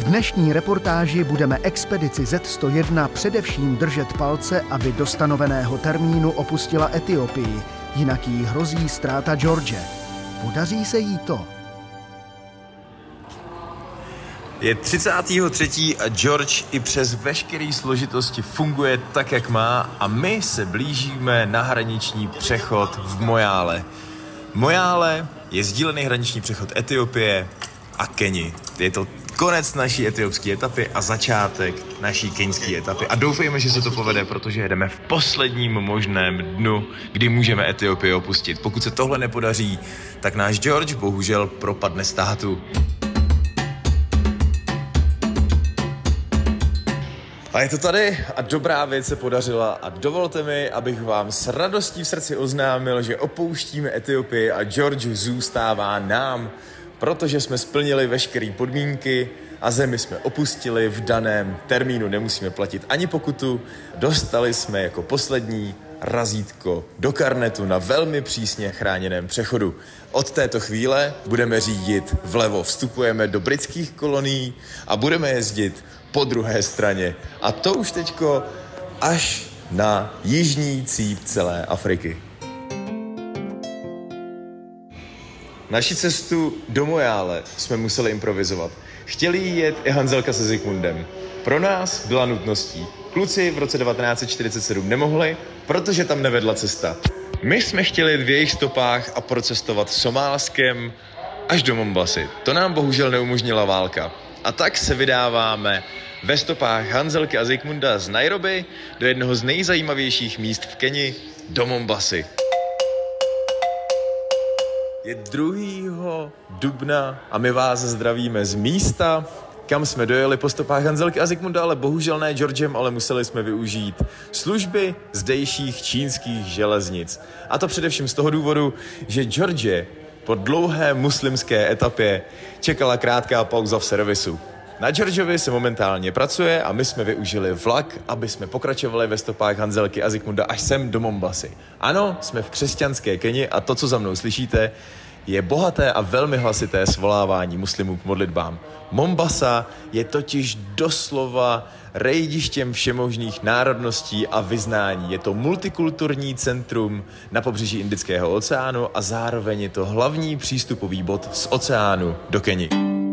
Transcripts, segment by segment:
V dnešní reportáži budeme expedici Z101 především držet palce, aby do stanoveného termínu opustila Etiopii, jinak jí hrozí ztráta George. Podaří se jí to? Je 33. a George i přes veškeré složitosti funguje tak, jak má, a my se blížíme na hraniční přechod v Mojále. Mojále je sdílený hraniční přechod Etiopie a Keni. Je to konec naší etiopské etapy a začátek naší keňské etapy. A doufejme, že se to povede, protože jedeme v posledním možném dnu, kdy můžeme Etiopii opustit. Pokud se tohle nepodaří, tak náš George bohužel propadne státu. A je to tady a dobrá věc se podařila a dovolte mi, abych vám s radostí v srdci oznámil, že opouštíme Etiopii a George zůstává nám, protože jsme splnili veškeré podmínky a zemi jsme opustili v daném termínu. Nemusíme platit ani pokutu, dostali jsme jako poslední razítko do karnetu na velmi přísně chráněném přechodu. Od této chvíle budeme řídit vlevo, vstupujeme do britských kolonií a budeme jezdit po druhé straně. A to už teďko až na jižní cíp celé Afriky. Naši cestu do Mojále jsme museli improvizovat. Chtěli jet i Hanzelka se Zikmundem. Pro nás byla nutností. Kluci v roce 1947 nemohli, protože tam nevedla cesta. My jsme chtěli jít v jejich stopách a procestovat Somálskem až do Mombasy. To nám bohužel neumožnila válka. A tak se vydáváme ve stopách Hanzelky a Zikmunda z Nairobi do jednoho z nejzajímavějších míst v Keni, do Mombasy. Je 2. dubna a my vás zdravíme z místa, kam jsme dojeli po stopách Hanzelky a Zikmunda, ale bohužel ne Georgem, ale museli jsme využít služby zdejších čínských železnic. A to především z toho důvodu, že George po dlouhé muslimské etapě čekala krátká pauza v servisu. Na Georgeovi se momentálně pracuje a my jsme využili vlak, aby jsme pokračovali ve stopách Hanzelky a Zikmunda až sem do Mombasy. Ano, jsme v křesťanské Keni a to, co za mnou slyšíte, je bohaté a velmi hlasité svolávání muslimů k modlitbám. Mombasa je totiž doslova rejdištěm všemožných národností a vyznání. Je to multikulturní centrum na pobřeží Indického oceánu a zároveň je to hlavní přístupový bod z oceánu do Keni.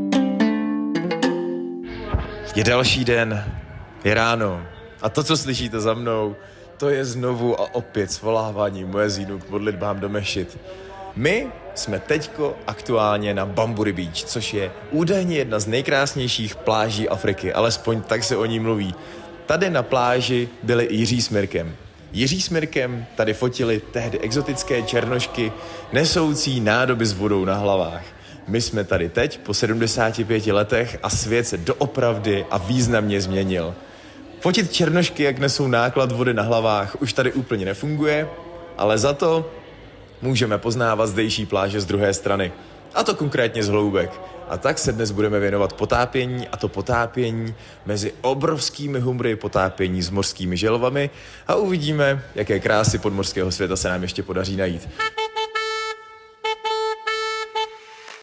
Je další den, je ráno a to, co slyšíte za mnou, to je znovu a opět svolávání muezínů k modlitbám do mešit. My jsme teďko aktuálně na Bamburi Beach, což je údajně jedna z nejkrásnějších pláží Afriky, alespoň tak se o ní mluví. Tady na pláži byli Jiří s Mirkem. Jiří s Mirkem tady fotili tehdy exotické černošky nesoucí nádoby s vodou na hlavách. My jsme tady teď po 75 letech a svět se doopravdy a významně změnil. Fotit černošky, jak nesou náklad vody na hlavách, už tady úplně nefunguje, ale za to můžeme poznávat zdejší pláže z druhé strany. A to konkrétně z Hloubek. A tak se dnes budeme věnovat potápění, a to potápění mezi obrovskými humry, potápění s mořskými želvami a uvidíme, jaké krásy podmořského světa se nám ještě podaří najít.